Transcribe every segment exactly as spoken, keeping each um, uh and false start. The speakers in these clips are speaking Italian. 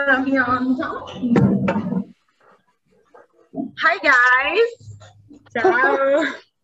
la pianta. Hi guys! Ciao!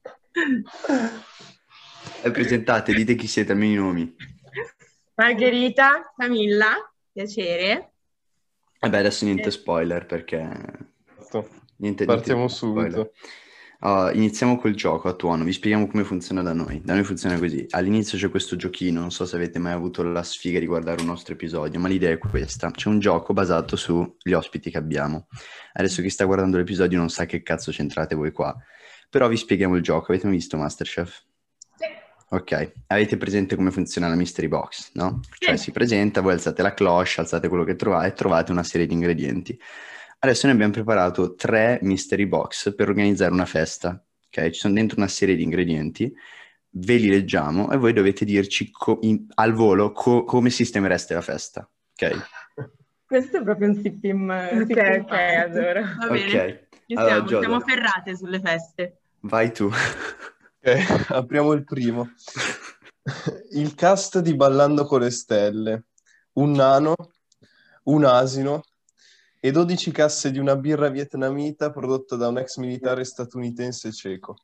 E presentate, dite chi siete, almeno i nomi. Margherita, Camilla, piacere. Vabbè, adesso niente spoiler perché... Niente, Partiamo niente subito. Uh, iniziamo col gioco a tuono, vi spieghiamo come funziona da noi. Da noi funziona così: all'inizio c'è questo giochino, non so se avete mai avuto la sfiga di guardare un nostro episodio, ma l'idea è questa: c'è un gioco basato sugli ospiti che abbiamo. Adesso chi sta guardando l'episodio non sa che cazzo c'entrate voi qua, però vi spieghiamo il gioco. Avete mai visto MasterChef? Sì. Ok, avete presente come funziona la mystery box, no? Sì. Cioè si presenta, voi alzate la cloche, alzate quello che trovate e trovate una serie di ingredienti. Adesso noi abbiamo preparato tre mystery box per organizzare una festa, ok? Ci sono dentro una serie di ingredienti, ve li leggiamo e voi dovete dirci co- in- al volo co- come sistemereste la festa, ok? questo è proprio un sippim. Ok, sippim ok, party. allora. Va bene, Ok, ci allora, siamo, Giada, siamo ferrate sulle feste. vai tu. Ok, apriamo il primo. Il cast di Ballando con le Stelle. Un nano, un asino e dodici casse di una birra vietnamita prodotta da un ex militare statunitense cieco.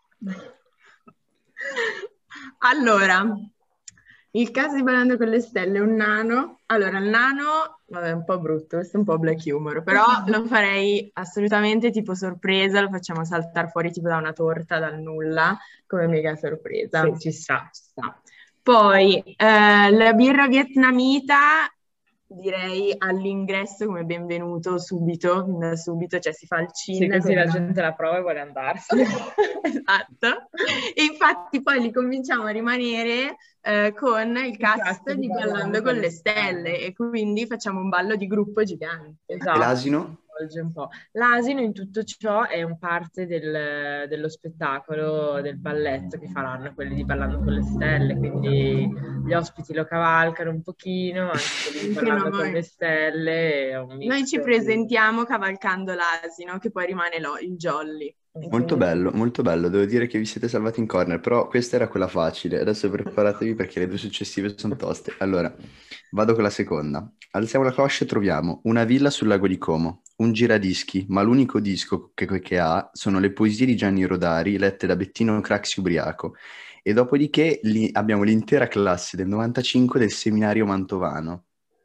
Allora, il caso di Ballando con le Stelle, un nano. Allora, il nano, vabbè, è un po' brutto, questo è un po' black humor, però lo farei assolutamente tipo sorpresa, lo facciamo saltare fuori tipo da una torta, dal nulla, come mega sorpresa. Sì, ci sta, ci sta. Poi, eh, la birra vietnamita, direi all'ingresso come benvenuto subito, da subito, cioè si fa il Sì, cin. così la con- gente la prova e vuole andarsene. Esatto. E infatti poi li convinciamo a rimanere eh, con il cast, cast di Ballando con le Stelle e quindi facciamo un ballo di gruppo gigante. Esatto. E l'asino? Svolge un po'. L'asino in tutto ciò è un parte del- dello spettacolo, del balletto che faranno quelli di Ballando con le Stelle, quindi gli ospiti lo cavalcano un pochino, anche quelli di Anche Ballando noi. con le Stelle. È un mix Noi ci di- presentiamo cavalcando l'asino che poi rimane lo- il jolly. Molto bello, molto bello, devo dire che vi siete salvati in corner, però questa era quella facile, adesso preparatevi perché le due successive sono toste. Allora, vado con la seconda. Alziamo la cloche e troviamo una villa sul lago di Como, un giradischi, ma l'unico disco che, che ha sono le poesie di Gianni Rodari lette da Bettino Craxi ubriaco, e dopodiché lì abbiamo l'intera classe del novantacinque del seminario mantovano.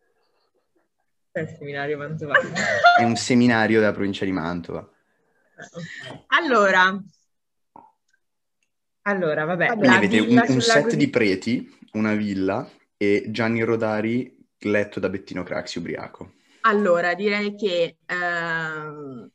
È il seminario mantovano. È un seminario della provincia di Mantova. Allora, Allora, vabbè, Quindi la avete un, villa un sul set lago di preti, una villa e Gianni Rodari letto da Bettino Craxi ubriaco. allora direi che ehm,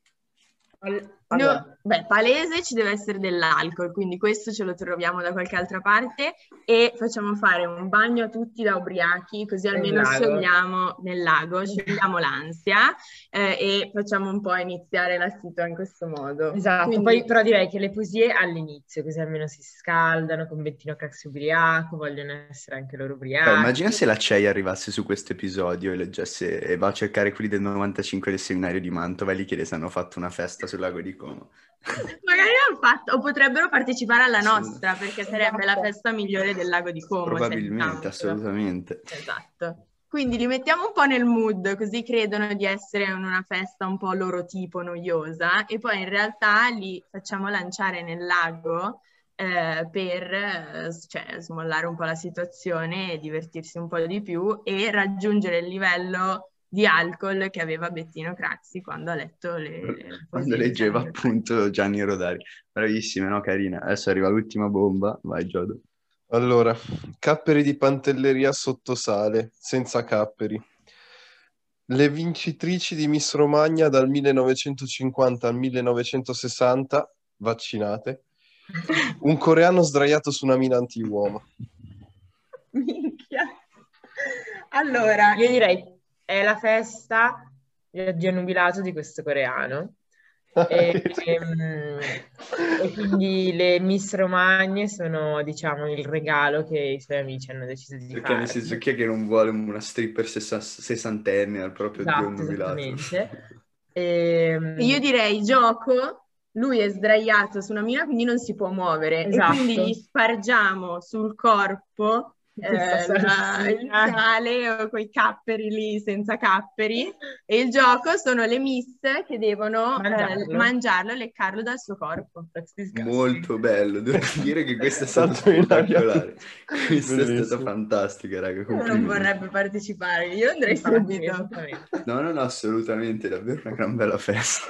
Al- no, allora. beh, palese ci deve essere dell'alcol, quindi questo ce lo troviamo da qualche altra parte e facciamo fare un bagno a tutti da ubriachi, così Nel almeno lago. sciogliamo nel lago, sciogliamo l'ansia eh, e facciamo un po' iniziare la situazione in questo modo. Esatto, Quindi- poi però direi che le poesie all'inizio, così almeno si scaldano con Bettino Craxi ubriaco, vogliono essere anche loro ubriachi. Beh, immagina se la C E I arrivasse su questo episodio e leggesse e va a cercare quelli del novantacinque del seminario di Mantova e gli chiede se hanno fatto una festa sul lago di Como. Magari hanno fatto, o potrebbero partecipare alla Sì. nostra, perché sarebbe la festa migliore del lago di Como. Probabilmente, senz'altro. assolutamente. Esatto. Quindi li mettiamo un po' nel mood, così credono di essere in una festa un po' loro tipo noiosa, e poi in realtà li facciamo lanciare nel lago eh, per eh, cioè, smollare un po' la situazione e divertirsi un po' di più e raggiungere il livello di alcol che aveva Bettino Craxi quando ha letto le, le Quando poesie di leggeva Gianni Rodari. appunto Gianni Rodari. Bravissime, no, carina? Adesso arriva l'ultima bomba. Vai, Giodo. Allora, capperi di pantelleria sotto sale, senza capperi. Le vincitrici di Miss Romagna dal millenovecentocinquanta al millenovecentosessanta, vaccinate. Un coreano sdraiato su una mina anti-uomo. Minchia. Allora, Io direi è la festa di addio nubilato di questo coreano. E, ehm, e quindi le Miss Romagne sono, diciamo, il regalo che i suoi amici hanno deciso di Perché fare. nel senso, chi è che non vuole una stripper sessa- sessantenne al proprio dio Esatto, nubilato? esattamente. Ehm, io direi gioco, lui è sdraiato su una mina, quindi non si può muovere Esatto. e quindi gli spargiamo sul corpo eh, la- il sale o quei capperi lì senza capperi, e il gioco sono le miss che devono eh, Mangiarlo. mangiarlo, leccarlo dal suo corpo. That's disgusting. Molto bello, devo dire che questa è stata Salto in aria. spettacolare. Questa è stata Bellissimo. fantastica, raga, Uno non complimenti. vorrebbe partecipare, io andrei Infatti, subito. esattamente. No, no, no, assolutamente, davvero una gran bella festa.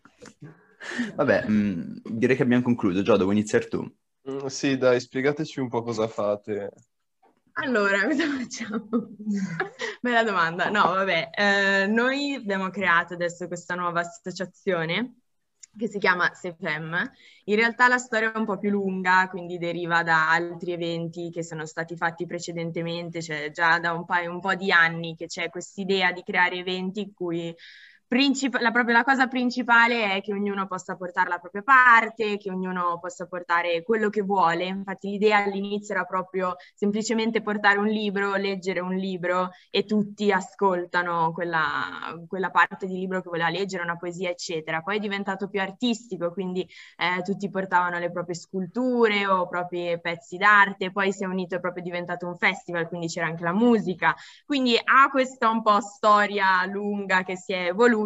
Vabbè, mh, direi che abbiamo concluso. Gio, devo iniziare tu. Mm, Sì, dai, spiegateci un po' cosa fate. Allora, cosa facciamo? Bella domanda. No, vabbè, eh, noi abbiamo creato adesso questa nuova associazione che si chiama SEFEM. In realtà la storia è un po' più lunga, quindi deriva da altri eventi che sono stati fatti precedentemente, cioè già da un paio, un po' di anni che c'è quest'idea di creare eventi in cui Princip- la, proprio la cosa principale è che ognuno possa portare la propria parte, che ognuno possa portare quello che vuole. Infatti l'idea all'inizio era proprio semplicemente portare un libro, leggere un libro e tutti ascoltano quella, quella parte di libro che voleva leggere, una poesia, eccetera. Poi è diventato più artistico, quindi eh, tutti portavano le proprie sculture o propri pezzi d'arte, poi si è unito, è proprio diventato un festival, quindi c'era anche la musica. Quindi ha questa un po' storia lunga che si è evoluta,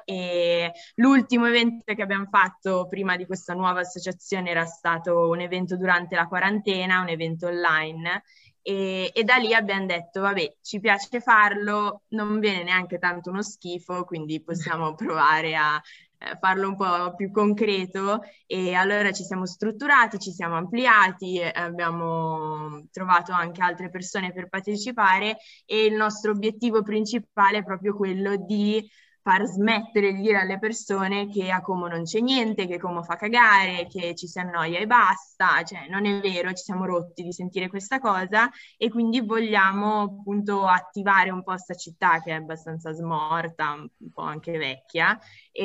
e l'ultimo evento che abbiamo fatto prima di questa nuova associazione era stato un evento durante la quarantena, un evento online, e, e da lì abbiamo detto vabbè, ci piace farlo, non viene neanche tanto uno schifo, quindi possiamo provare a eh, farlo un po' più concreto, e allora ci siamo strutturati, ci siamo ampliati, eh, abbiamo trovato anche altre persone per partecipare, e il nostro obiettivo principale è proprio quello di far smettere di dire alle persone che a Como non c'è niente, che Como fa cagare, che ci si annoia e basta. Cioè non è vero, ci siamo rotti di sentire questa cosa, e quindi vogliamo appunto attivare un po' questa città che è abbastanza smorta, un po' anche vecchia,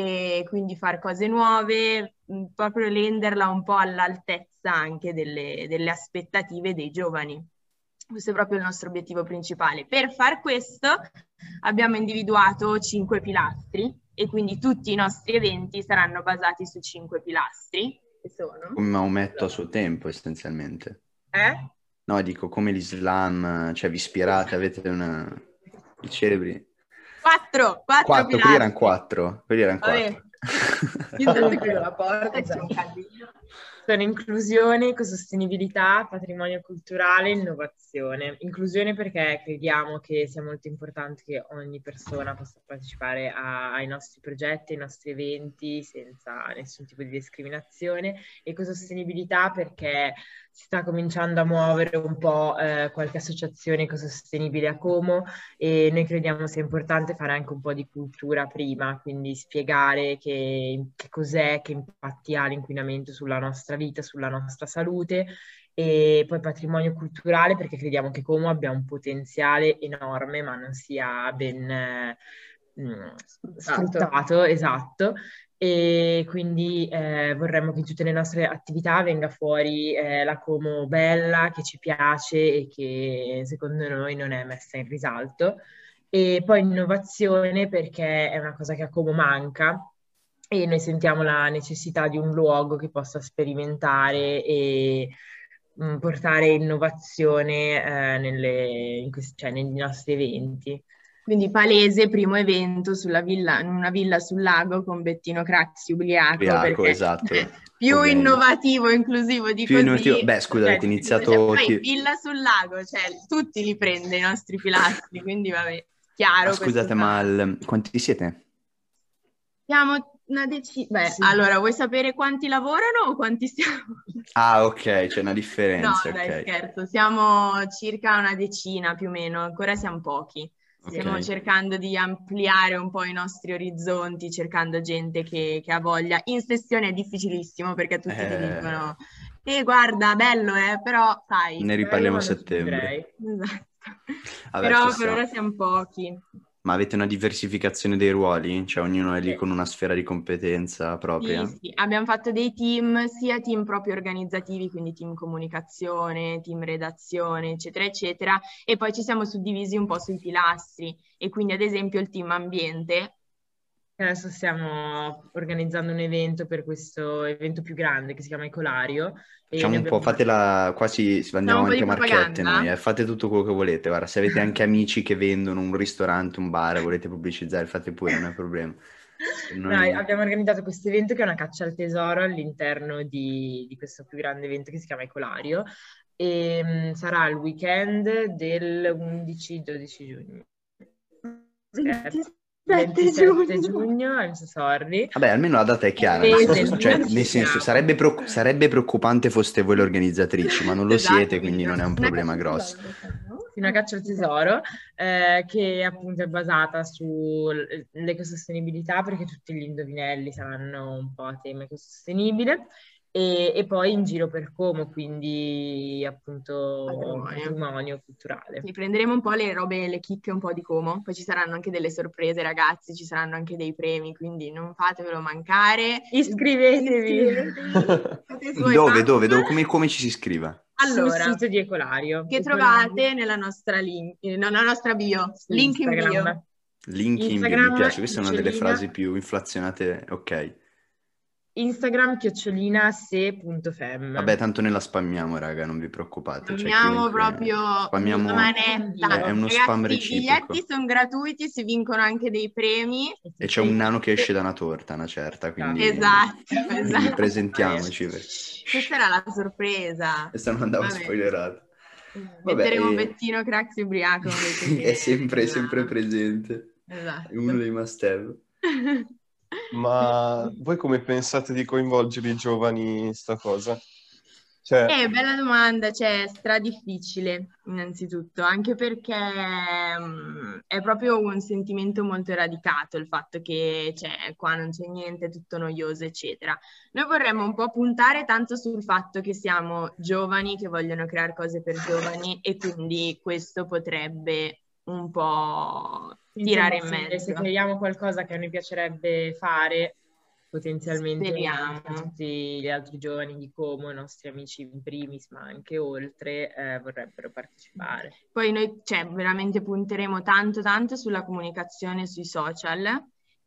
e quindi fare cose nuove, mh, proprio renderla un po' all'altezza anche delle, delle aspettative dei giovani. Questo è proprio il nostro obiettivo principale. Per far questo abbiamo individuato cinque pilastri, e quindi tutti i nostri eventi saranno basati su cinque pilastri, che sono... Come Maometto a suo tempo, essenzialmente. Eh? No, dico come l'Islam, cioè vi ispirate, avete una... i celebri... Quattro, quattro Quattro, quelli pilastri. erano quattro, quelli erano Vabbè. quattro. Io non chiudo la porta, c'è un casino. Sono inclusione, ecosostenibilità, patrimonio culturale, innovazione. Inclusione perché crediamo che sia molto importante che ogni persona possa partecipare a- ai nostri progetti, ai nostri eventi senza nessun tipo di discriminazione. Ecosostenibilità perché si sta cominciando a muovere un po' eh, qualche associazione ecosostenibile a Como, e noi crediamo sia importante fare anche un po' di cultura prima, quindi spiegare che, che cos'è, che impatti ha l'inquinamento sulla nostra vita, sulla nostra salute. E poi patrimonio culturale perché crediamo che Como abbia un potenziale enorme ma non sia ben eh, mh, sfruttato, esatto. E quindi eh, vorremmo che in tutte le nostre attività venga fuori eh, la Como bella, che ci piace e che secondo noi non è messa in risalto. E poi innovazione perché è una cosa che a Como manca, e noi sentiamo la necessità di un luogo che possa sperimentare e mh, portare innovazione eh, nelle, in questi- cioè, nei nostri eventi. Quindi palese, primo evento sulla villa, in una villa sul lago con Bettino Craxi ubriaco, Ubriaco, perché esatto, più ovviamente. innovativo e inclusivo di Più così. innovativo- beh, scusa, cioè, avete iniziato cioè, poi chi- villa sul lago, cioè tutti li prende i nostri pilastri, quindi vabbè, chiaro. Ah, scusate, ma il- quanti siete? Siamo una decina. Beh, Sì. allora, vuoi sapere quanti lavorano o quanti siamo? Ah, ok, c'è una No, differenza, dai, ok. scherzo, siamo circa una decina più o meno, ancora siamo pochi. Stiamo Ok. cercando di ampliare un po' i nostri orizzonti, cercando gente che, che ha voglia. In sessione è difficilissimo perché tutti ti Eh, dicono, eh guarda, bello eh, però sai. ne Magari riparliamo a quando ci settembre. vedrei. Esatto. Vabbè, Però ci per ora sta. siamo pochi. Ma avete una diversificazione dei ruoli? Cioè ognuno è lì Sì. con una sfera di competenza Sì, propria? sì, abbiamo fatto dei team, sia team proprio organizzativi, quindi team comunicazione, team redazione, eccetera, eccetera, e poi ci siamo suddivisi un po' sui pilastri, e quindi ad esempio il team ambiente Adesso stiamo organizzando un evento per questo evento più grande che si chiama Ecolario. E Facciamo ne un po', abbiamo... fatela quasi, andiamo Facciamo un po' avanti di a marchette propaganda? noi, eh, fate tutto quello che volete, guarda, se avete anche amici che vendono un ristorante, un bar, volete pubblicizzare, fate pure, non è problema. Se No, noi- abbiamo organizzato questo evento che è una caccia al tesoro all'interno di, di questo più grande evento che si chiama Ecolario e mh, sarà il weekend del undici dodici giugno. Scherzo. ventisette giugno, I'm so sorry. Vabbè, almeno la data è chiara, E nel del senso, cioè, lunedì nel senso, siamo. sarebbe, pro- sarebbe preoccupante foste voi le organizzatrici, ma non lo Esatto, siete, quindi non è un una problema caccia al grosso. tesoro, no? Sì, una caccia al tesoro eh, che appunto è basata sull'ecosostenibilità perché tutti gli indovinelli saranno un po' a tema ecosostenibile e, e poi in giro per Como, quindi appunto Patrimonio. patrimonio culturale. Sì, prenderemo un po' le robe, le chicche un po' di Como, poi ci saranno anche delle sorprese ragazzi, ci saranno anche dei premi, quindi non fatevelo mancare. Iscrivetevi! Fate i suoi Dove, fan. dove, dove, come, come ci si iscrive? Allora, Sul sito di Ecolario. che Ecolario. trovate nella nostra, link, eh, no, nella nostra bio, Su link in bio. Instagram. Link in bio, mi Instagram, piace, queste sono delle chiocciolina- frasi più inflazionate, ok. Instagram chiocciolina se.fem. Vabbè, tanto noi la spammiamo, raga, non vi preoccupate. Cioè, Spammiamo chiunque- proprio spammiamo- a manetta. È uno Ragazzi, spam i reciproco. biglietti sono gratuiti, si vincono anche dei premi. E c'è un nano che esce da una torta, una certa, quindi, Esatto, quindi esatto. presentiamoci. per- Questa era la sorpresa. Questa non andava Vabbè. spoilerato. Vabbè, Metteremo e- Bettino Craxi ubriaco invece che è sempre, nella- sempre presente. Esatto. È uno dei must have. Ma voi come pensate di coinvolgere i giovani in sta cosa? Cioè, Eh, bella domanda, cioè, è stra difficile innanzitutto, anche perché mm, è proprio un sentimento molto radicato il fatto che cioè, qua non c'è niente, è tutto noioso, eccetera. Noi vorremmo un po' puntare tanto sul fatto che siamo giovani, che vogliono creare cose per giovani e quindi questo potrebbe un po' tirare in Insomma, se, se mezzo. creiamo qualcosa che a noi piacerebbe fare, potenzialmente Speriamo. anche a tutti gli altri giovani di Como, i nostri amici in primis, ma anche oltre, eh, vorrebbero partecipare. Poi noi, cioè, veramente punteremo tanto tanto sulla comunicazione sui social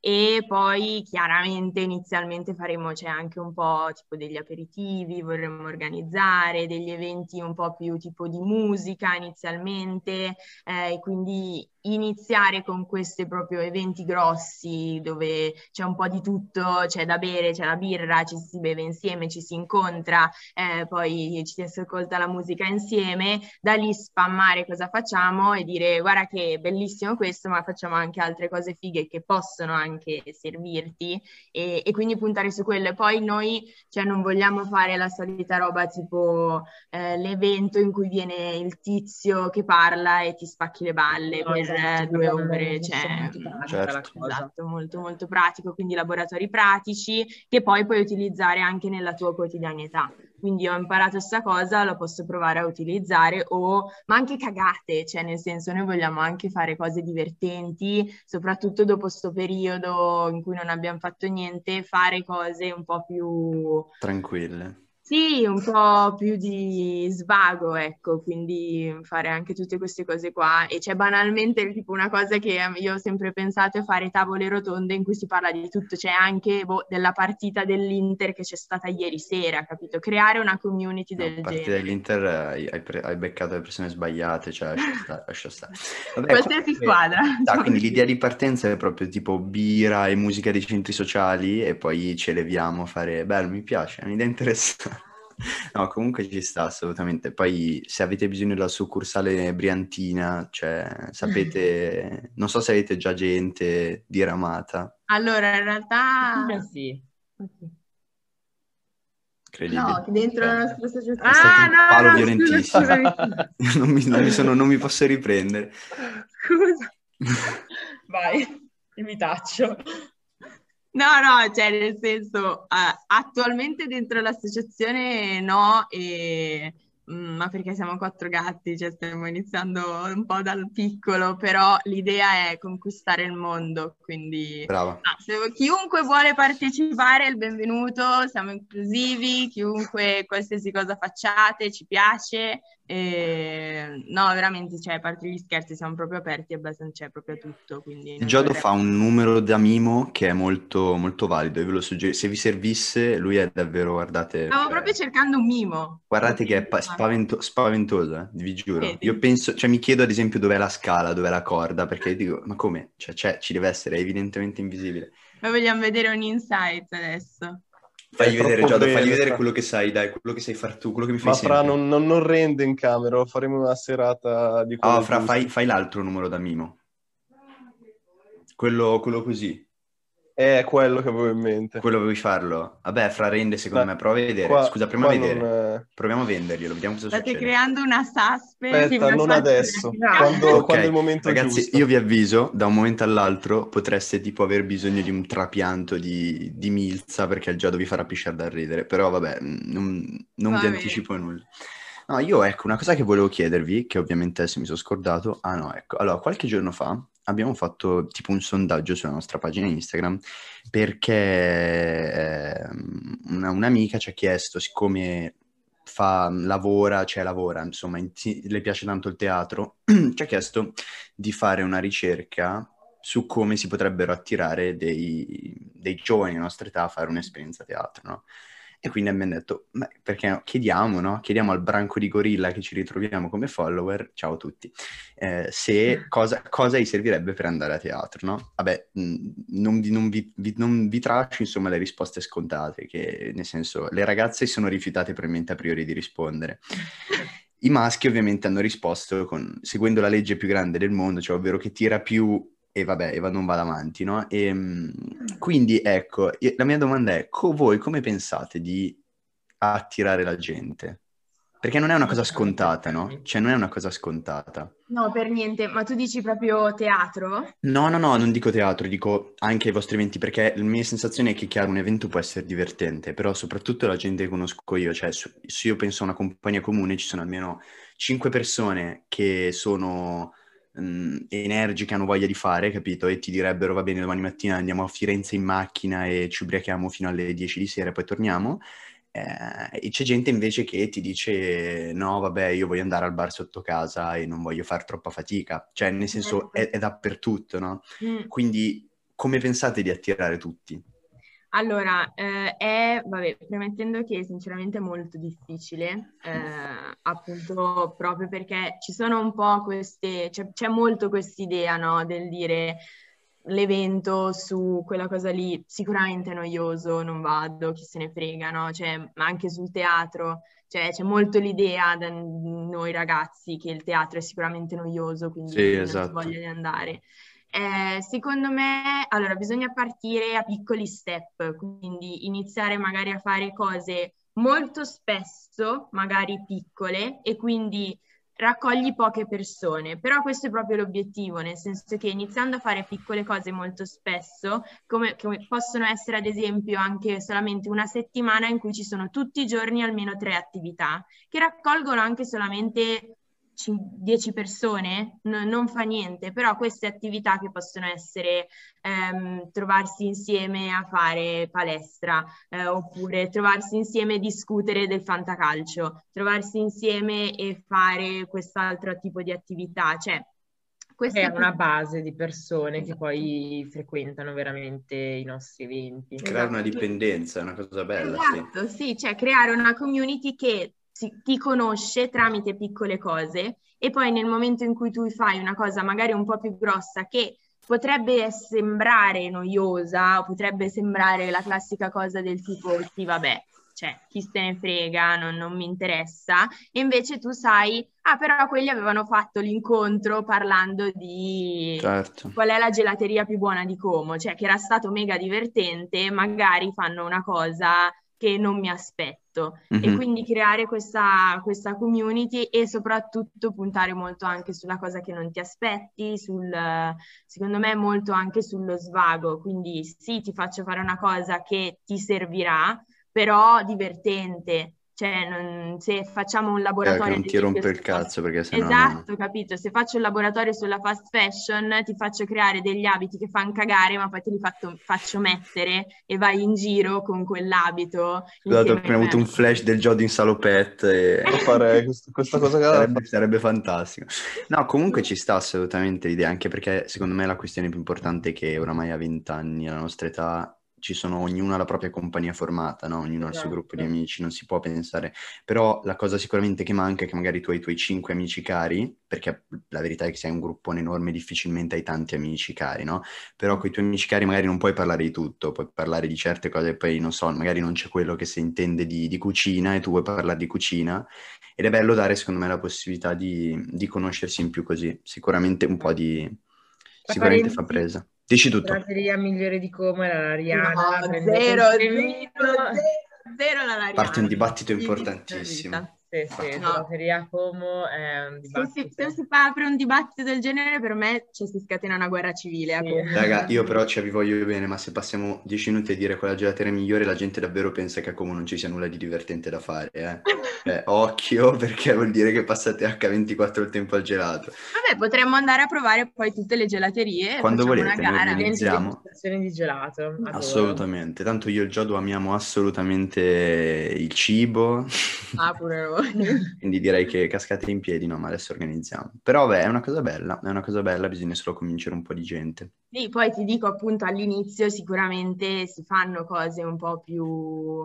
e poi chiaramente inizialmente faremo cioè, anche un po' tipo degli aperitivi, vorremmo organizzare degli eventi un po' più tipo di musica inizialmente, eh, e quindi iniziare con questi proprio eventi grossi dove c'è un po' di tutto, c'è da bere, c'è la birra, ci si beve insieme, ci si incontra, eh, poi ci si ascolta la musica insieme, da lì spammare cosa facciamo e dire guarda che è bellissimo questo, ma facciamo anche altre cose fighe che possono anche servirti e, e quindi puntare su quello. E poi noi cioè, non vogliamo fare la solita roba tipo eh, l'evento in cui viene il tizio che parla e ti spacchi le balle No, per esatto, due vogliamo ore, rendere cioè, molto pratica certo. la cosa. esatto, molto molto pratico, quindi laboratori pratici che poi puoi utilizzare anche nella tua quotidianità. Quindi ho imparato questa cosa, la posso provare a utilizzare, o, ma anche cagate, cioè nel senso noi vogliamo anche fare cose divertenti, soprattutto dopo sto periodo in cui non abbiamo fatto niente, fare cose un po' più... Tranquille. Sì, un po' più di svago, ecco, quindi fare anche tutte queste cose qua. E c'è banalmente tipo una cosa che io ho sempre pensato è fare tavole rotonde in cui si parla di tutto. C'è anche boh, della partita dell'Inter che c'è stata ieri sera, capito? Creare una community No, del a parte genere. dell'Inter hai, hai pre- hai beccato le persone sbagliate, cioè lascia stare, lascia stare. Vabbè, Qualsiasi comunque- squadra. Ah, quindi l'idea di partenza è proprio tipo birra e musica dei centri sociali e poi ci eleviamo a fare... Bello, mi piace, è un'idea interessante. No, comunque ci sta assolutamente. Poi se avete bisogno della succursale briantina, cioè sapete, non so se avete già gente diramata, Allora, in realtà... Ah, sì. incredibile. No, dentro la Cioè, nostra associazione. è stato Ah, un no, palo no, violentissimo. scusa, scusami. non, mi, non mi sono, non mi posso riprendere. Scusa. Vai, mi taccio. No, no, cioè nel senso, eh, attualmente dentro l'associazione no, e, mm, ma perché siamo quattro gatti, cioè stiamo iniziando un po' dal piccolo, però l'idea è conquistare il mondo, quindi Brava. ah, se chiunque vuole partecipare è il benvenuto, siamo inclusivi, chiunque, qualsiasi cosa facciate, ci piace, E... No, veramente, cioè, a parte gli scherzi, siamo proprio aperti abbastanza, c'è proprio tutto, quindi Il non Giodo vorrei... fa un numero da mimo che è molto, molto valido e ve lo suggerisco. Se vi servisse, lui è davvero, guardate, Stavo cioè, proprio cercando un mimo. guardate che è pa- spavento- spaventoso, eh, vi giuro. Io Vedi? penso, cioè mi chiedo ad esempio dov'è la scala, dov'è la corda, perché dico, ma come? Cioè, c'è, ci deve essere, è evidentemente invisibile. Noi vogliamo vedere un insight adesso. Fagli È vedere, troppo Giodo, fagli breve, vedere Fra. quello che sai, dai, quello che sai far tu, quello che mi fai Ma Fra sempre. non, non- non rende in camera, faremo una serata di Ah, quelle Fra, fai, giuste. fai l'altro numero da mimo. Quello, quello così. È quello che avevo in mente. Quello dovevi farlo? Vabbè, Fra rende secondo Dai, me. Prova a vedere. qua, Scusa, prima a qua non... vedere. eh, Proviamo a venderglielo, vediamo cosa State succede. creando una suspense, Aspetta, una non adesso, suspense. quando, quando è il Ok, momento ragazzi, giusto. io vi avviso, da un momento all'altro potreste tipo aver bisogno di un trapianto di, di milza perché il Giodo vi farà pisciare da ridere, però vabbè, non, non vi Va bene. anticipo nulla. No, io ecco, una cosa che volevo chiedervi, che ovviamente adesso mi sono scordato, ah no, ecco, allora, qualche giorno fa abbiamo fatto tipo un sondaggio sulla nostra pagina Instagram perché ehm, una- un'amica ci ha chiesto, siccome fa, lavora, cioè lavora, insomma, in- sì, le piace tanto il teatro, ci ha chiesto di fare una ricerca su come si potrebbero attirare dei, dei giovani della nostra età a fare un'esperienza teatro, no? E quindi abbiamo detto, "Beh, perché no? Chiediamo, no? Chiediamo al branco di gorilla che ci ritroviamo come follower, ciao a tutti, eh, se cosa, cosa gli servirebbe per andare a teatro, no? Vabbè, mh, non vi, non vi, vi- non vi traccio, insomma, le risposte scontate, che nel senso, le ragazze si sono rifiutate probabilmente a priori di rispondere. I maschi ovviamente hanno risposto con, seguendo la legge più grande del mondo, cioè ovvero che tira più e vabbè, e va- non va avanti, no? E, mh, quindi ecco, io- la mia domanda è, co- voi come pensate di attirare la gente? Perché non è una cosa scontata, no? Cioè non è una cosa scontata. No, per niente, ma tu dici proprio teatro? No, no, no, non dico teatro, dico anche ai vostri eventi, perché la mia sensazione è che, chiaro, un evento può essere divertente, però soprattutto la gente che conosco io, cioè su- se io penso a una compagnia comune, ci sono almeno cinque persone che sono mh, energiche, hanno voglia di fare, capito? E ti direbbero, va bene, domani mattina andiamo a Firenze in macchina e ci ubriachiamo fino alle dieci di sera e poi torniamo. Eh, e c'è gente invece che ti dice no, vabbè, io voglio andare al bar sotto casa e non voglio fare troppa fatica, cioè nel senso è, è dappertutto, no? Mm. Quindi come pensate di attirare tutti? Allora, eh, è, vabbè, premettendo che sinceramente è molto difficile, eh, appunto proprio perché ci sono un po' queste, c'è, c'è molto quest'idea, no, del dire l'evento su quella cosa lì sicuramente è noioso, non vado, chi se ne frega, no? Cioè, ma anche sul teatro, cioè c'è molto l'idea da noi ragazzi che il teatro è sicuramente noioso, Sì, quindi non si esatto. voglia di andare. Eh, secondo me, allora, bisogna partire a piccoli step, quindi iniziare magari a fare cose molto spesso, magari piccole, e quindi raccogli poche persone, però questo è proprio l'obiettivo, nel senso che iniziando a fare piccole cose molto spesso, come, come possono essere ad esempio anche solamente una settimana in cui ci sono tutti i giorni almeno tre attività, che raccolgono anche solamente dieci persone, no, non fa niente, però queste attività che possono essere ehm, trovarsi insieme a fare palestra, eh, oppure trovarsi insieme e discutere del fantacalcio, trovarsi insieme e fare quest'altro tipo di attività, cioè queste Crea una piccole- base di persone che Esatto. poi frequentano veramente i nostri eventi. Creare una Esatto. dipendenza è una cosa bella, sì. Esatto, sì, cioè creare una community che si- ti conosce tramite piccole cose e poi nel momento in cui tu fai una cosa magari un po' più grossa che potrebbe sembrare noiosa o potrebbe sembrare la classica cosa del tipo sì, vabbè, cioè chi se ne frega, non, non mi interessa, e invece tu sai, ah, però quelli avevano fatto l'incontro parlando di Certo. qual è la gelateria più buona di Como, cioè che era stato mega divertente, magari fanno una cosa che non mi aspetto e Mhm. quindi creare questa, questa community e soprattutto puntare molto anche sulla cosa che non ti aspetti, sul, secondo me molto anche sullo svago, quindi sì, ti faccio fare una cosa che ti servirà, però divertente. Cioè, non- se facciamo un Eh, che laboratorio, non ad ti esempio, rompe il su fast- cazzo perché sennò no. esatto, capito? Se faccio il laboratorio sulla fast fashion, ti faccio creare degli abiti che fanno cagare, ma poi te li fatto- faccio mettere e vai in giro con quell'abito Scusate, ho insieme appena ai avuto un pezzi. flash del Jodin Salopette Lo e farei, quest- questa cosa che la sarebbe, sarebbe fantastico. No, comunque ci sta assolutamente l'idea, anche perché secondo me la questione più importante è che oramai a venti anni, alla nostra età, ci sono ognuno ha la propria compagnia formata, no? Ognuno ha il suo gruppo di Esatto. amici, non si può pensare. Però la cosa sicuramente che manca è che magari tu hai i tuoi cinque amici cari, perché la verità è che se hai un gruppone enorme difficilmente hai tanti amici cari, no? Però con i tuoi amici cari magari non puoi parlare di tutto, puoi parlare di certe cose, poi non so, magari non c'è quello che si intende di, di cucina e tu vuoi parlare di cucina. Ed è bello dare, secondo me, la possibilità di, di conoscersi in più così. Sicuramente un po' di... Tra Sicuramente fa parentesi, presa. Dici la tutto. gelateria migliore di Como era la Riana, No, prende zero, col zero, cremino. zero, zero la Parte un Lariana. dibattito Infinita importantissimo. vita. Sì, sì, No. gelateria Como è un Se si, dibattito. se si fa apre un dibattito del genere, per me cioè, si scatena una guerra civile a Sì. Como. Raga, io però cioè, vi voglio bene, ma se passiamo dieci minuti a dire quella gelateria migliore, la gente davvero pensa che a Como non ci sia nulla di divertente da fare, eh. Cioè, occhio, perché vuol dire che passate acca ventiquattro il tempo al gelato. Vabbè, potremmo andare a provare poi tutte le gelaterie e Quando facciamo volete, una noi gara. Eventi di organizziamo. degustazione di gelato, adoro. Assolutamente, tanto io e il Giodo amiamo assolutamente il cibo, Ah, pure noi. quindi direi che cascate in piedi, no, ma adesso organizziamo. Però beh, è una cosa bella, è una cosa bella, bisogna solo convincere un po' di gente. Sì, poi ti dico appunto all'inizio sicuramente si fanno cose un po' più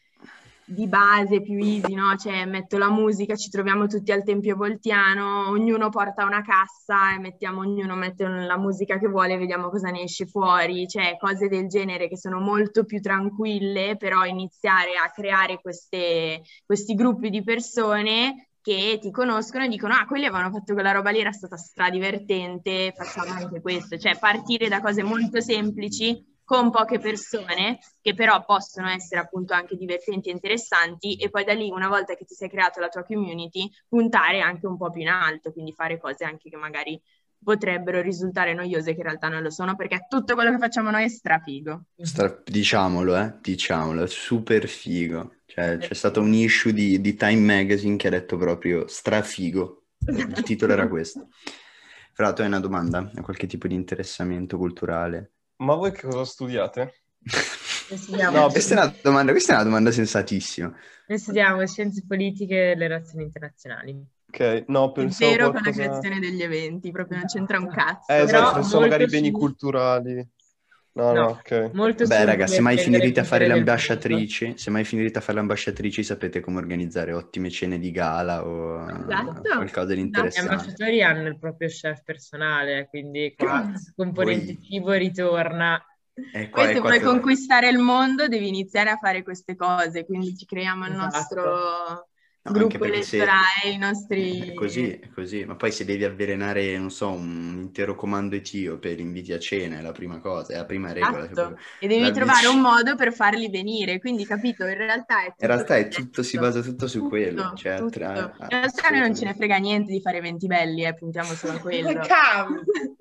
di base, più easy, no? Cioè metto la musica, ci troviamo tutti al Tempio Voltiano, ognuno porta una cassa e mettiamo, ognuno mette la musica che vuole e vediamo cosa ne esce fuori, cioè cose del genere che sono molto più tranquille, però iniziare a creare queste, questi gruppi di persone che ti conoscono e dicono ah, quelli avevano fatto quella roba lì, era stata stradivertente, facciamo anche questo, cioè partire da cose molto semplici con poche persone che però possono essere appunto anche divertenti e interessanti e poi da lì una volta che ti sei creato la tua community puntare anche un po' più in alto, quindi fare cose anche che magari potrebbero risultare noiose che in realtà non lo sono perché tutto quello che facciamo noi è strafigo. Stra- diciamolo, eh, diciamolo, è super figo. Cioè, c'è stato un issue di, di Time Magazine che ha detto proprio strafigo. Il titolo era questo. Fra, tu hai una domanda? Hai qualche tipo di interessamento culturale? Ma voi che cosa studiate? Noi studiamo, No, Questa è una domanda, questa è una domanda sensatissima. noi studiamo scienze politiche e le relazioni internazionali. Ok, no, pensavo Zero con la qualcosa... creazione degli eventi, proprio non c'entra un cazzo. Eh, Però esatto, pensavo magari molto beni su- culturali. No, no, No, ok. molto Beh, sul raga, se voler mai prendere finirete a il fare le potere del ambasciatrici, se mai finirete a fare le ambasciatrici, sapete come organizzare ottime cene di gala o Esatto. qualcosa di Gli interessante. ambasciatori hanno il proprio chef personale, quindi qua il componente Voi- cibo ritorna. È qua, Poi è se qua vuoi te- conquistare il mondo devi iniziare a fare queste cose, quindi ci creiamo il Esatto. nostro No, anche gruppo perché se- elettorale, i nostri... È così, è così. Ma poi se devi avvelenare, non so, un intero comando etiope, li inviti a cena, è la prima cosa, è la prima regola. Cioè, Esatto. proprio E devi la trovare vici- un modo per farli venire, quindi capito, in realtà è tutto In realtà è questo. tutto, si basa tutto su quello. Tutto, Cioè, tutto. tra- In realtà a noi non ce ne assolutamente. frega niente di fare eventi belli, eh, puntiamo solo a quello. Cam!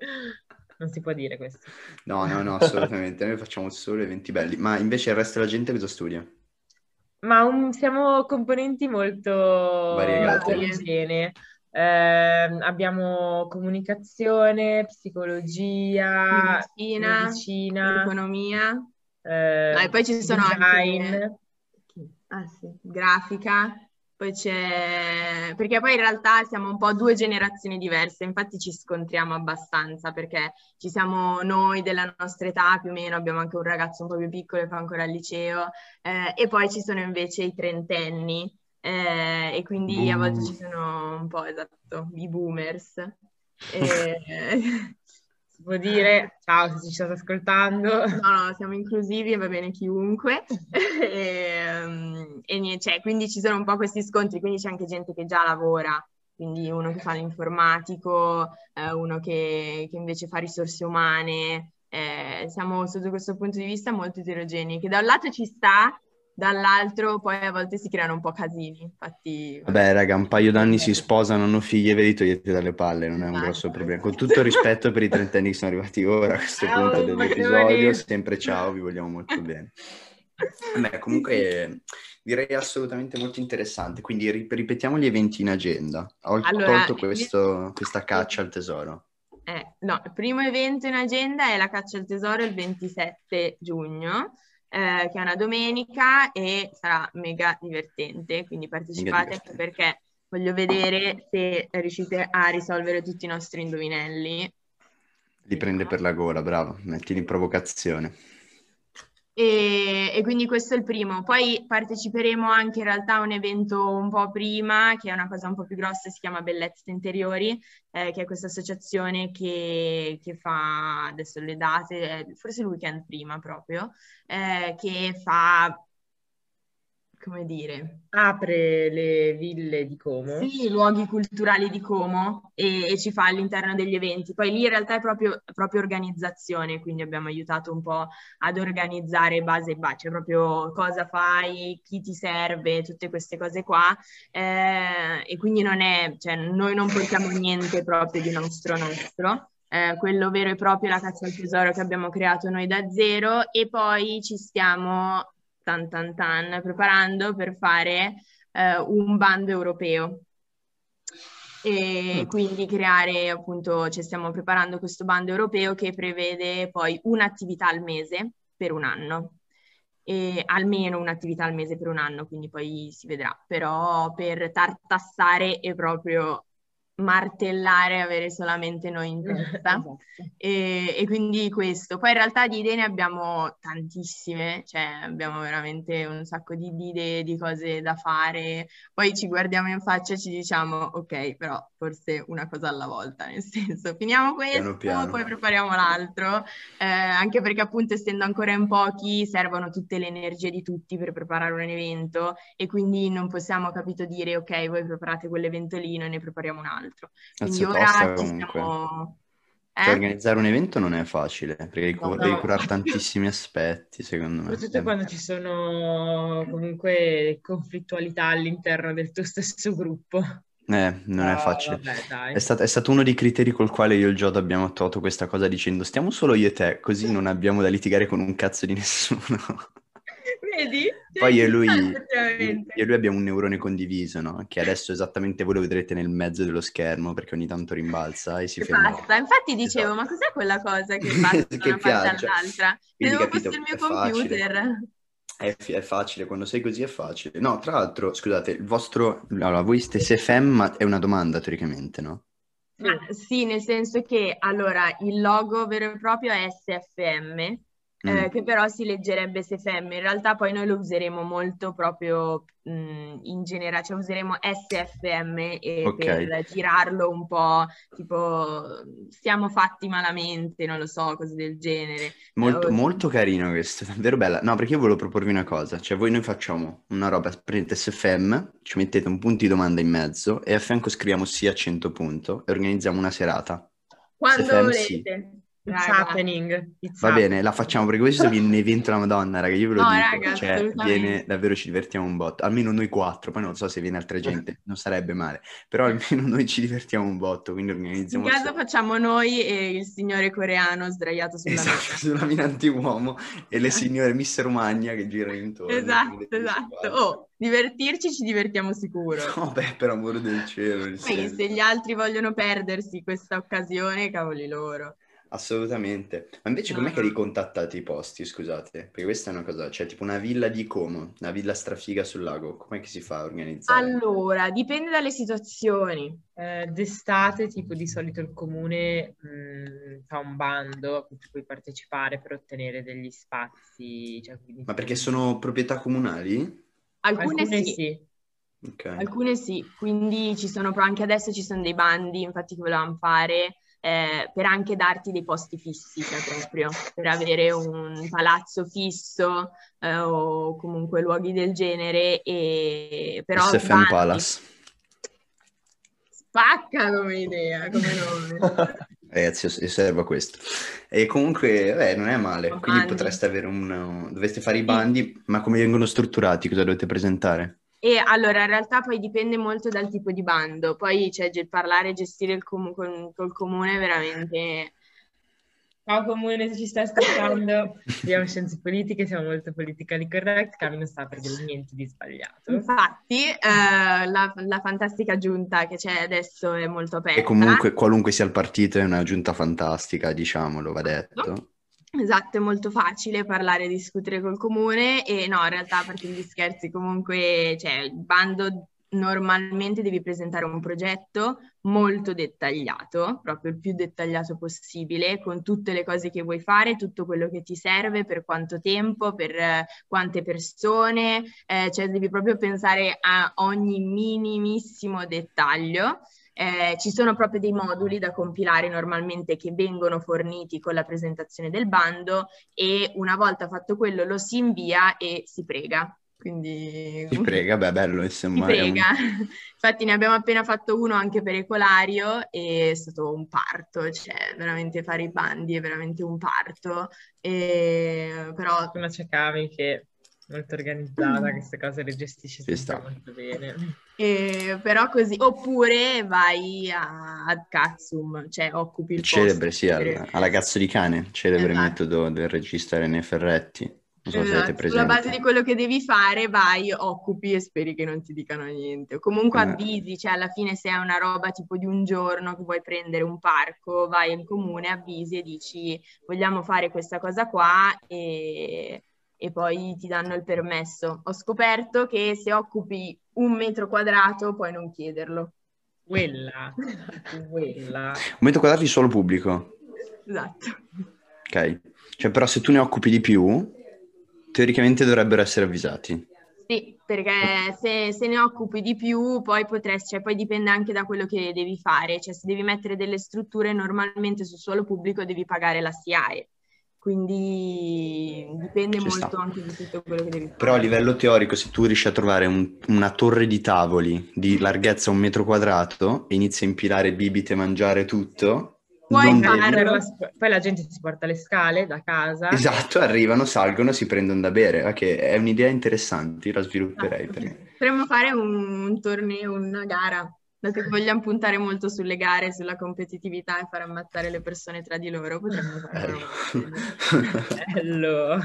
Non si può dire questo. No, no, no, assolutamente. Noi facciamo solo eventi belli. Ma invece il resto della gente cosa studia? Ma un- siamo componenti molto Variegate. omogenee. Ehm, abbiamo comunicazione, psicologia, Medicina, medicina, economia, eh, no, e poi ci sono design. anche ah, sì, grafica, poi c'è perché poi in realtà siamo un po' due generazioni diverse, infatti ci scontriamo abbastanza perché ci siamo noi della nostra età più o meno, abbiamo anche un ragazzo un po' più piccolo che fa ancora il liceo eh, e poi ci sono invece i trentenni eh, e quindi a volte ci sono un po' esatto, i boomers. E... Si può dire, ciao se ci state ascoltando. No, no, siamo inclusivi e va bene chiunque. e, um, e niente, cioè, quindi ci sono un po' questi scontri, quindi c'è anche gente che già lavora, quindi uno che fa l'informatico, eh, uno che, che invece fa risorse umane. Eh, siamo sotto questo punto di vista molto eterogenei, che da un lato ci sta, dall'altro poi a volte si creano un po' casini. Infatti, Vabbè, raga, un paio d'anni si sposano, hanno figli e ve li togliete dalle palle, non è un grosso problema. Con tutto il rispetto per i trentenni che sono arrivati ora a questo Ciao, punto dell'episodio, bacioni. sempre ciao, vi vogliamo molto bene. Beh, comunque direi assolutamente molto interessante. Quindi ri- ripetiamo gli eventi in agenda. Ho Allora, tolto questo, questa caccia al tesoro. Eh, no, il primo evento in agenda è la caccia al tesoro il ventisette giugno, eh, che è una domenica e sarà mega divertente, quindi Mica partecipate anche divertente. perché voglio vedere se riuscite a risolvere tutti i nostri indovinelli. Li prende per la gola, bravo, mettili in provocazione. E, e quindi questo è il primo. Poi parteciperemo anche in realtà a un evento un po' prima, che è una cosa un po' più grossa, si chiama Bellezze Interiori, eh, che è questa associazione che, che fa, adesso le date, eh, forse il weekend prima proprio, eh, che fa, come dire, Apre le ville di Como. sì, luoghi culturali di Como e, e ci fa all'interno degli eventi. Poi lì in realtà è proprio, proprio organizzazione, quindi abbiamo aiutato un po' ad organizzare base e bacio, proprio cosa fai, chi ti serve, tutte queste cose qua. Eh, e quindi non è, cioè, noi non portiamo niente proprio di nostro nostro. Eh, quello vero e proprio è la caccia al tesoro che abbiamo creato noi da zero e poi ci stiamo tan tan tan preparando per fare eh, un bando europeo e Mm. quindi creare appunto, ci stiamo preparando questo bando europeo che prevede poi un'attività al mese per un anno. E almeno un'attività al mese per un anno, quindi poi si vedrà, però per tartassare e proprio martellare, avere solamente noi in testa. Esatto. E, e quindi questo. Poi in realtà di idee ne abbiamo tantissime, cioè abbiamo veramente un sacco di, di idee, di cose da fare. Poi ci guardiamo in faccia e ci diciamo, ok, però forse una cosa alla volta, nel senso, finiamo Piano questo, piano. poi prepariamo l'altro, eh, anche perché appunto essendo ancora in pochi servono tutte le energie di tutti per preparare un evento e quindi non possiamo, capito, dire ok, voi preparate quell'evento lì, noi ne prepariamo un altro. Quindi Cazzo è ora tosta ci comunque. stiamo... Cioè, Eh? organizzare un evento non è facile, perché devi, cu- No, devi No, curare tantissimi aspetti, secondo me. soprattutto Eh, quando ci sono comunque conflittualità all'interno del tuo stesso gruppo. eh, non è Ah, facile. vabbè, dai. È stato, è stato uno dei criteri col quale io e il Giotto abbiamo attuato questa cosa dicendo stiamo solo io e te, così non abbiamo da litigare con un cazzo di nessuno. vedi? Poi Cioè, io e ci sta lui, io effettivamente. e lui abbiamo un neurone condiviso, no? Che adesso esattamente voi lo vedrete nel mezzo dello schermo perché ogni tanto rimbalza e si Che ferma. passa. Infatti dicevo, ma Esatto. cos'è quella cosa che passa da Che una parte piaggia. all'altra? Quindi, Credevo fosse il capito, mio è facile. computer. È, fi- è facile, quando sei così è facile. No, tra l'altro, scusate, il vostro... Allora, voi siete S F M, ma è una domanda teoricamente, no? Ma sì, nel senso che allora il logo vero e proprio è S F M, eh, Mm, che però si leggerebbe S F M. In realtà poi noi lo useremo molto proprio mh, in generale, cioè useremo S F M e ok. per girarlo un po' tipo siamo fatti malamente, non lo so, cose del genere. Eh, Molto, o- molto carino questo, davvero bella. No, perché io volevo proporvi una cosa. Cioè, voi noi facciamo una roba, prendete S F M, ci mettete un punto di domanda in mezzo e a fianco scriviamo sì a cento punto e organizziamo una serata. quando S F M sì. volete, It's raga. happening. It's Va bene, la happening. facciamo perché questo viene un evento la Madonna, raga, io ve lo No, dico, raga, cioè viene assolutamente. davvero, ci divertiamo un botto, almeno noi quattro, poi non so se viene altra gente, non sarebbe male, però almeno noi ci divertiamo un botto, quindi In organizziamo caso solo. facciamo noi e il signore coreano sdraiato sulla Esatto, mina. sulla mina antiuomo e le signore Miss Romagna che girano intorno come Esatto, delle esatto. disguate. Oh, divertirci ci divertiamo sicuro. No, beh, per amore del cielo, nel Poi senso. se gli altri vogliono perdersi questa occasione, cavoli loro. Assolutamente. Ma invece No, com'è che no. ricontattate i posti, scusate? Perché questa è una cosa, cioè tipo una villa di Como, una villa strafiga sul lago, com'è che si fa a organizzare? Allora, dipende dalle situazioni. Eh, d'estate, tipo di solito il comune mh, fa un bando a cui tu puoi partecipare per ottenere degli spazi, cioè quindi Ma tipo perché un- sono proprietà comunali? Alcune alcune sì, sì. Ok. alcune sì. Quindi ci sono, anche adesso ci sono dei bandi, infatti che volevamo fare, eh, per anche darti dei posti fissi, cioè proprio, per avere un palazzo fisso, eh, o comunque luoghi del genere, e però S F M bandi. Palace. Spacca come idea, come nome. Ragazzi, io servo a questo. E comunque, beh, non è male. Quindi Bandi. potreste avere un... Dovreste fare i Sì. bandi, ma come vengono strutturati? Cosa dovete presentare? E allora, in realtà poi dipende molto dal tipo di bando. Poi, cioè, ge- parlare e gestire il comu- con- col comune è veramente Ciao Comune, se ci stai ascoltando, abbiamo scienze politiche, siamo molto politically correct, Cami non sta per dire niente di sbagliato. Infatti, eh, la, la fantastica giunta che c'è adesso è molto aperta. E comunque, qualunque sia il partito, è una giunta fantastica, diciamolo, va detto. Esatto, è molto facile parlare e discutere col comune e no, in realtà, a parte gli scherzi, comunque, cioè, il bando normalmente devi presentare un progetto molto dettagliato, proprio il più dettagliato possibile, con tutte le cose che vuoi fare, tutto quello che ti serve, per quanto tempo, per eh, quante persone, eh, cioè devi proprio pensare a ogni minimissimo dettaglio. Eh, ci sono proprio dei moduli da compilare normalmente che vengono forniti con la presentazione del bando e una volta fatto quello lo si invia e si prega. Quindi Si prega, beh, bello, si insomma. È un... prega. Infatti ne abbiamo appena fatto uno anche per Ecolario e è stato un parto, cioè veramente fare i bandi è veramente un parto. E, però Una c'è Cami che è molto organizzata, queste cose le gestisce Ci sempre sta. molto bene. Eh, però così, oppure vai a, ad Katsum, cioè occupi il Il celebre, posto. sì, al- alla cazzo di cane, celebre Esatto. metodo del regista René Ferretti. Non so se avete Esatto. Sulla base presente. di quello che devi fare, vai, occupi e speri che non ti dicano niente. O comunque Eh. avvisi, cioè alla fine se è una roba tipo di un giorno che vuoi prendere un parco, vai in comune, avvisi e dici vogliamo fare questa cosa qua e, e poi ti danno il permesso. Ho scoperto che se occupi un metro quadrato puoi non chiederlo. Quella, quella. Un metro quadrato di suolo pubblico, Esatto. ok? Cioè, però se tu ne occupi di più, teoricamente dovrebbero essere avvisati. Sì, perché se, se ne occupi di più, poi potresti, cioè poi dipende anche da quello che devi fare, cioè se devi mettere delle strutture normalmente sul suolo pubblico devi pagare la S I A E, quindi dipende Ci molto sta. anche di tutto quello che devi Però a fare. livello teorico, se tu riesci a trovare un- una torre di tavoli di larghezza un metro quadrato e inizi a impilare bibite, mangiare tutto, Puoi non farlo. devi... Per la sp- poi la gente si porta le scale da casa. Esatto, arrivano, salgono, si prendono da bere, ma che è un'idea interessante, io la svilupperei perché... Potremmo fare un, un torneo, una gara, dato che vogliamo puntare molto sulle gare, sulla competitività e far ammazzare le persone tra di loro, potremmo fare una roba del genere. Bello.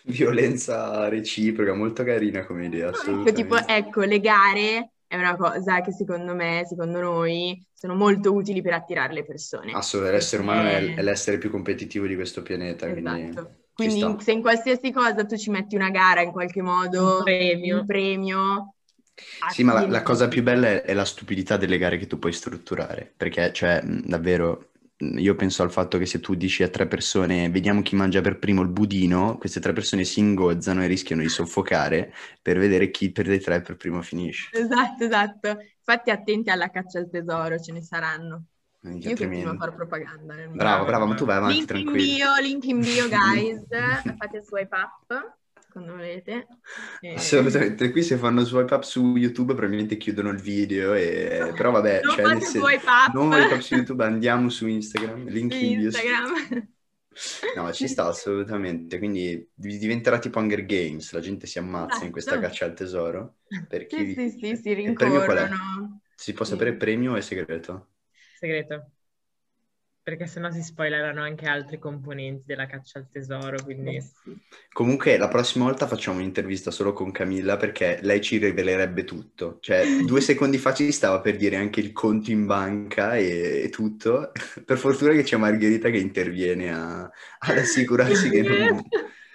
Violenza reciproca, molto carina come idea, No, ecco, tipo, assolutamente. ecco, le gare è una cosa che secondo me, secondo noi, sono molto utili per attirare le persone. Assolutamente, l'essere umano è, Perché- è l'essere più competitivo di questo pianeta, quindi Esatto. ci Quindi sta. in- se in qualsiasi cosa tu ci metti una gara in qualche modo, Un premio. un premio, Sì, ma la, attiri la cosa tutti. più bella è, è la stupidità delle gare che tu puoi strutturare, perché, cioè, mh, davvero, mh, io penso al fatto che se tu dici a tre persone, vediamo chi mangia per primo il budino, queste tre persone si ingozzano e rischiano di soffocare per vedere chi per dei tre per primo finisce. Esatto, esatto. Infatti attenti alla caccia al tesoro, ce ne saranno. Minchia, Io continuo a tremendo. fare propaganda nel Bravo, mondo. bravo, ma tu vai avanti, Link in tranquillo. bio, link in bio, guys. Fate il swipe up quando volete. E- Assolutamente, qui se fanno swipe up su YouTube probabilmente chiudono il video, e... però vabbè, Non cioè, nel fate senso, swipe up non swipe up su YouTube, andiamo su Instagram, link su in bio. su- Instagram. No, ma ci sta assolutamente, quindi di- diventerà tipo Hunger Games, la gente si ammazza in questa Esatto. caccia al tesoro. Per chi... Sì, sì, sì, si Il premio qual è? rincorrono. Si può Sì. sapere premio e segreto? Segreto. Perché sennò si spoilerano anche altri componenti della caccia al tesoro, quindi... Comunque la prossima volta facciamo un'intervista solo con Camilla perché lei ci rivelerebbe tutto. Cioè, due secondi fa ci stava per dire anche il conto in banca e, e tutto. Per fortuna che c'è Margherita che interviene a- ad assicurarsi che non...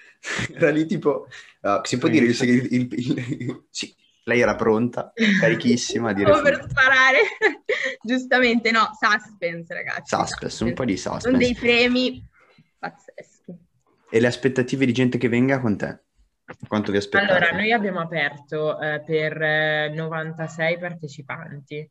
Era lì tipo... uh, si può dire il segreto... il- il- Sì, lei era pronta, carichissima a dire... Stavo per sparare. Giustamente, no, suspense, ragazzi. Suspense, un po' di Sono suspense. dei premi pazzeschi. E le aspettative di gente che venga con te? Quanto vi aspettate? Allora, noi abbiamo aperto eh, per eh, novantasei partecipanti,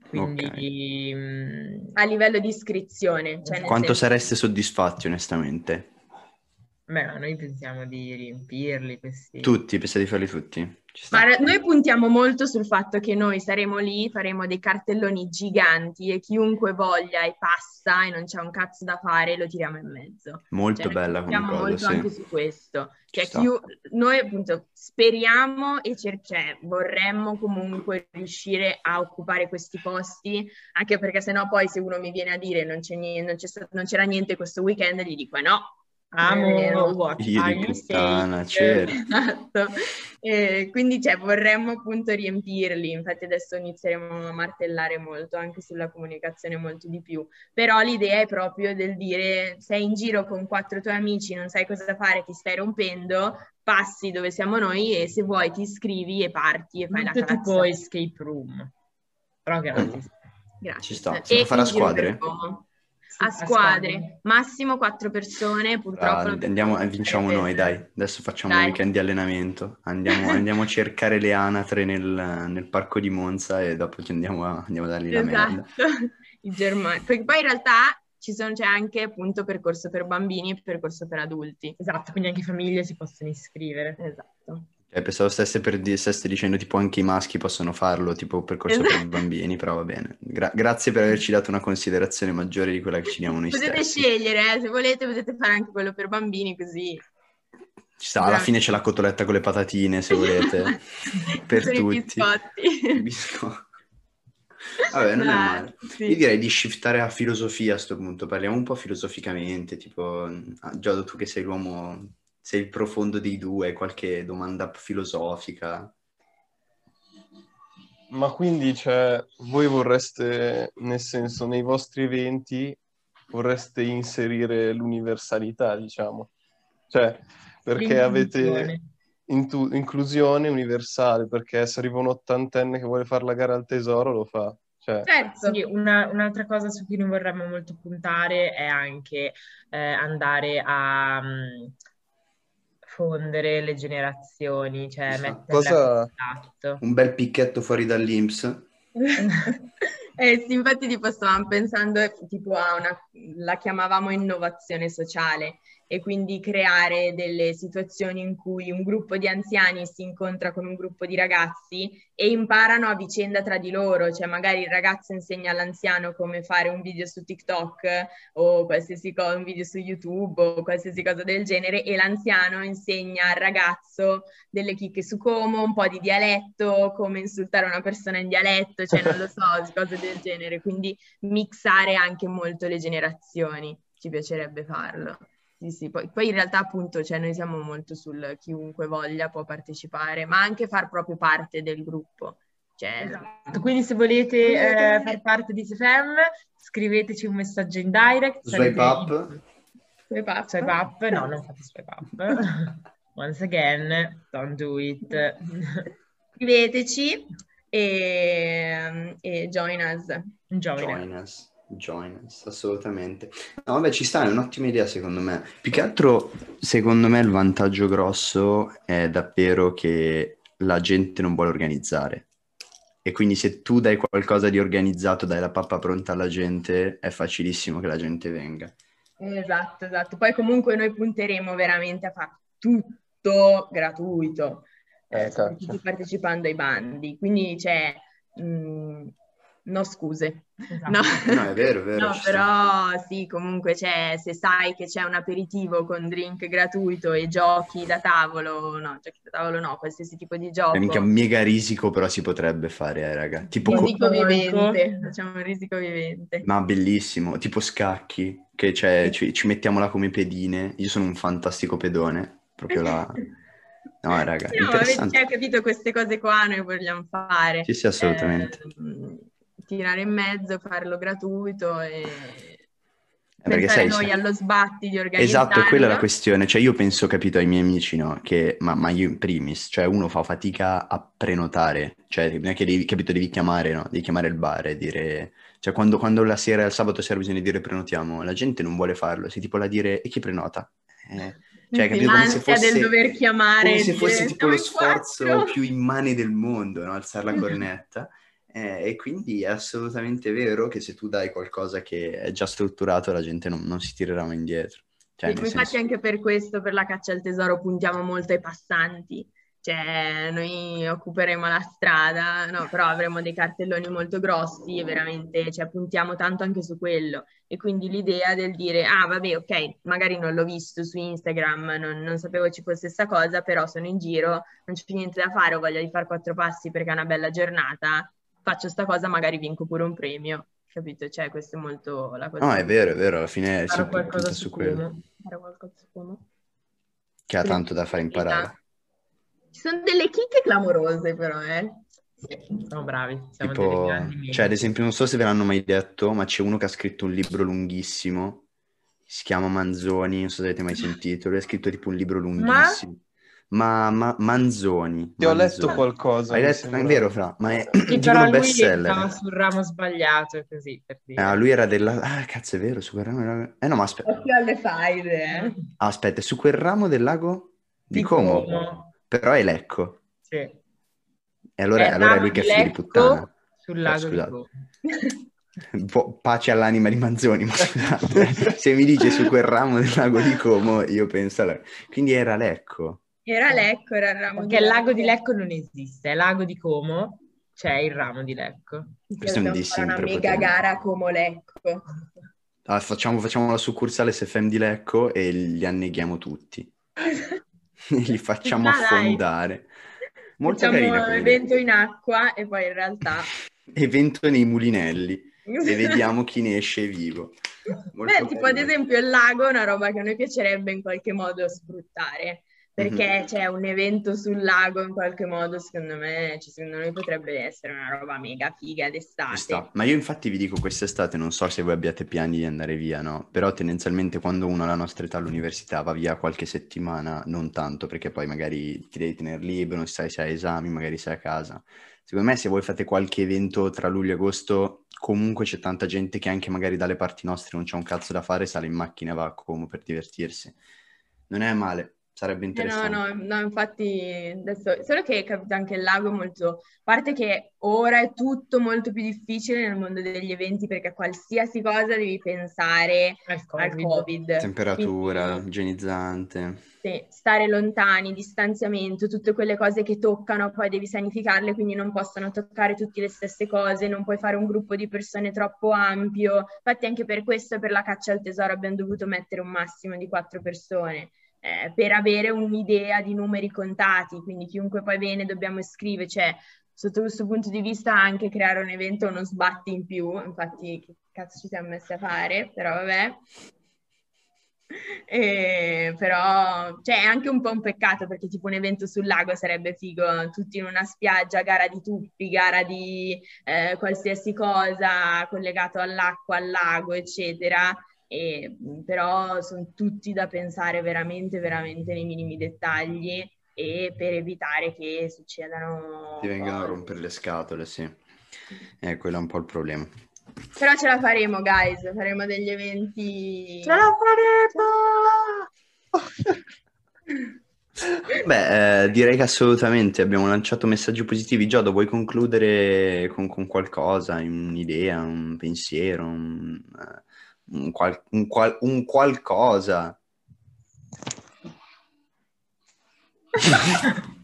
quindi mh, A livello di iscrizione. Cioè nel Quanto senso- sareste soddisfatti, onestamente? Beh, ma noi pensiamo di riempirli questi. Tutti, pensate di farli tutti? Ci sta. Ma noi puntiamo molto sul fatto che noi saremo lì, faremo dei cartelloni giganti e chiunque voglia e passa e non c'è un cazzo da fare, lo tiriamo in mezzo. Molto Cioè, noi bella come puntiamo cosa, molto sì. anche su questo. Ci Cioè, sta. chiu- noi appunto speriamo e cer- cioè, vorremmo comunque riuscire a occupare questi posti, anche perché sennò poi se uno mi viene a dire non c'è nie- non c'è stato- non c'era niente questo weekend, gli dico "Eh no. Amo, what Figlio are di you puttana, saying? certo. Esatto. E quindi cioè, vorremmo appunto riempirli, infatti adesso inizieremo a martellare molto anche sulla comunicazione molto di più, però l'idea è proprio del dire sei in giro con quattro tuoi amici, non sai cosa fare, ti stai rompendo, passi dove siamo noi e se vuoi ti iscrivi e parti e fai la Molto cazzo. tipo escape room, però gratis. Grazie. Ci sta. Si E può fare a in giro per squadre? Como. Sì, A a squadre, squadre. massimo quattro persone, purtroppo. Ah, non andiamo, possiamo vinciamo fare noi, per- dai. Adesso facciamo Dai. un weekend di allenamento. Andiamo, andiamo a cercare le anatre nel, nel parco di Monza e dopo ci andiamo a, andiamo a dargli la merda. Esatto, i germani. Perché poi in realtà ci sono, c'è anche appunto percorso per bambini e percorso per adulti. Esatto, quindi anche famiglie si possono iscrivere. Esatto. Eh, pensavo stesse, per di- stesse dicendo tipo anche i maschi possono farlo, tipo percorso per Esatto. bambini, però va bene. Gra- grazie per averci dato una considerazione maggiore di quella che ci diamo noi Potete stessi. scegliere, eh, se volete potete fare anche quello per bambini così. Ci sta, alla fine c'è la cotoletta con le patatine, se volete, per Sono i tutti. biscotti. I biscotti. Vabbè, non è Dai, male. sì. Io direi di shiftare a filosofia a sto punto, parliamo un po' filosoficamente, tipo, ah, Giorgio, tu che sei l'uomo, sei il profondo dei due, qualche domanda filosofica? Ma quindi, cioè, voi vorreste, nel senso, nei vostri eventi, vorreste inserire l'universalità, diciamo? Cioè, perché avete L'inclusione. intu- inclusione universale, perché se arriva un ottantenne che vuole fare la gara al tesoro, lo fa. Cioè, Certo. Sì, una- un'altra cosa su cui noi vorremmo molto puntare è anche eh, andare a mh, fondere le generazioni, cioè Ci sta. metterle Cosa- a contatto. Un bel picchetto fuori dall'I N P S? Eh sì, infatti tipo stavamo pensando eh, tipo a una, la chiamavamo innovazione sociale e quindi creare delle situazioni in cui un gruppo di anziani si incontra con un gruppo di ragazzi e imparano a vicenda tra di loro, cioè magari il ragazzo insegna all'anziano come fare un video su TikTok o qualsiasi cosa, un video su YouTube o qualsiasi cosa del genere e l'anziano insegna al ragazzo delle chicche su Como, un po' di dialetto, come insultare una persona in dialetto, cioè non lo so, cose del genere, quindi mixare anche molto le generazioni, ci piacerebbe farlo. Sì, sì, poi, poi in realtà appunto cioè, noi siamo molto sul chiunque voglia può partecipare, ma anche far proprio parte del gruppo. Cioè, Esatto, quindi se volete eh, far parte di S F M, scriveteci un messaggio in direct. Swipe sarete up? in- swipe up. Swipe up? No, non fate swipe up. Once again, don't do it. Scriveteci e, e join us. Join. Join us, join us, assolutamente. No, vabbè, ci sta, è un'ottima idea secondo me. Più che altro, secondo me, il vantaggio grosso è davvero che la gente non vuole organizzare. E quindi se tu dai qualcosa di organizzato, dai la pappa pronta alla gente, è facilissimo che la gente venga. Esatto, esatto. Poi comunque noi punteremo veramente a fare tutto gratuito, eh, Eh, soprattutto cacchio. partecipando ai bandi. Quindi c'è, mh, no scuse. Esatto. No, No, è vero, è vero, no, ci sta. però sì, comunque c'è, se sai che c'è un aperitivo con drink gratuito e giochi da tavolo, no, giochi da tavolo no, qualsiasi tipo di È gioco. mica mega risico, però si potrebbe fare, eh, raga. Tipo, co- Risico Molto, vivente, facciamo un risico vivente. ma bellissimo, tipo scacchi, che c'è, ci, ci mettiamo là come pedine. Io sono un fantastico pedone, proprio là. No, raga, No, avete interessante. già capito queste cose qua noi vogliamo fare. Sì, sì, assolutamente. Eh, tirare in mezzo, farlo gratuito e perché pensare sai, noi se- allo sbatti di organizzarlo. Esatto, quella è la questione. Cioè io penso, capito, ai miei amici, no? Che, ma, ma io in primis, cioè uno fa fatica a prenotare. Cioè non è che devi, capito, devi chiamare, no? Devi chiamare il bar e dire... Cioè quando, quando la sera, il sabato sera bisogna dire prenotiamo, la gente non vuole farlo. Sei tipo là a dire, e chi prenota? Eh, cioè, Sì, capito, come se l'ansia fosse... del dover chiamare come e se dire, fosse tipo "Siamo lo in sforzo quattro". più immane del mondo, no? Alzare la cornetta. Eh, e quindi è assolutamente vero che se tu dai qualcosa che è già strutturato, la gente non, non si tirerà mai indietro. Cioè, Sì, nel infatti senso... anche per questo, per la caccia al tesoro, puntiamo molto ai passanti. Cioè, noi occuperemo la strada, no, però avremo dei cartelloni molto grossi e veramente, cioè, puntiamo tanto anche su quello. E quindi l'idea del dire, ah, vabbè, ok, magari non l'ho visto su Instagram, non, non sapevo ci fosse questa cosa, però sono in giro, non c'è niente da fare, ho voglia di fare quattro passi perché è una bella giornata, faccio sta cosa, magari vinco pure un premio, capito? Cioè, questo è molto la cosa No, di è cui vero, è vero, alla fine si Fare pu- qualcosa punta su su quello, Como. fare qualcosa su come. che ha Sulle tanto da fare possibilità. imparare. Ci sono delle chicche clamorose, però, eh. Sì, siamo bravi, siamo delle Tipo, grandi cioè, ad menti. esempio, non so se ve l'hanno mai detto, ma c'è uno che ha scritto un libro lunghissimo, si chiama Manzoni, non so se avete mai sentito, lui ha scritto tipo un libro Ma lunghissimo. Ma, ma Manzoni, Ti ho letto Manzoni. qualcosa, Hai mi letto? È sembra. vero, Fra, ma è sì, dicono però lui stava bestseller. sul ramo sbagliato, così per Ah, dire. lui era della... Ah, cazzo, è vero, su quel ramo del lago... Eh no, ma aspetta. Occhio alle faide, eh. Ah, aspetta, è su quel ramo del lago di Di Como, Como, però è Lecco. sì. E È allora, il allora è lago lui che di è figlio di puttana. Lecco sul Oh, lago di scusate. Como. Po- pace all'anima di Manzoni, ma scusate, se mi dice su quel ramo del lago di Como, io penso... alla- Quindi era Lecco. Era Lecco, era il ramo Perché di il lago di Lecco. Lecco non esiste, è lago di Como, c'è il ramo di Lecco. Sì, Questo è un dobbiamo fare dissing una mega prepotente. gara come Lecco. Ah, facciamo, facciamo la succursale S F M di Lecco e li anneghiamo tutti. Li Ci facciamo sta, dai. affondare. Molto Facciamo carina un come idea. evento in acqua e poi in realtà... Evento nei mulinelli e vediamo chi ne esce vivo. Molto Beh, tipo ad carino. esempio il lago è una roba che a noi piacerebbe in qualche modo sfruttare, perché Mhm. c'è un evento sul lago in qualche modo, secondo me, cioè, secondo noi potrebbe essere una roba mega figa Ci sta. d'estate. Ma io infatti vi dico quest'estate, non so se voi abbiate piani di andare via, no? Però tendenzialmente quando uno alla nostra età all'università va via qualche settimana, non tanto, perché poi magari ti devi tenere libero, non sai se hai esami, magari sei a casa. Secondo me se voi fate qualche evento tra luglio e agosto, comunque c'è tanta gente che anche magari dalle parti nostre non c'è un cazzo da fare, sale in macchina e va a Como per divertirsi. Non è male, sarebbe Eh no, interessante. no, no, infatti adesso, solo che capita anche il lago molto, a parte che ora è tutto molto più difficile nel mondo degli eventi perché qualsiasi cosa devi pensare Al al Covid. Covid, Temperatura, quindi igienizzante. sì, stare lontani, distanziamento, tutte quelle cose che toccano, poi devi sanificarle, quindi non possono toccare tutte le stesse cose, non puoi fare un gruppo di persone troppo ampio. Infatti anche per questo, per la caccia al tesoro, abbiamo dovuto mettere un massimo di quattro persone, eh, per avere un'idea di numeri contati, quindi chiunque poi viene dobbiamo iscrivere, cioè sotto questo punto di vista anche creare un evento non sbatti in più, infatti che cazzo ci siamo messi a fare, però vabbè. E, però cioè, è anche un po' un peccato perché tipo un evento sul lago sarebbe figo, tutti in una spiaggia, gara di tuppi, gara di eh, qualsiasi cosa collegato all'acqua, al lago, eccetera. E, però sono tutti da pensare veramente, veramente nei minimi dettagli e per evitare che Ti succedano vengono a cose. rompere le scatole, sì. Eh, quello è un po' il problema. Però ce la faremo, guys, faremo degli Ce eventi. la faremo! Beh, eh, direi che assolutamente abbiamo lanciato messaggi positivi. Giada, vuoi concludere con, con qualcosa, un'idea, un pensiero, un, eh, un qual- un qual- un qualcosa?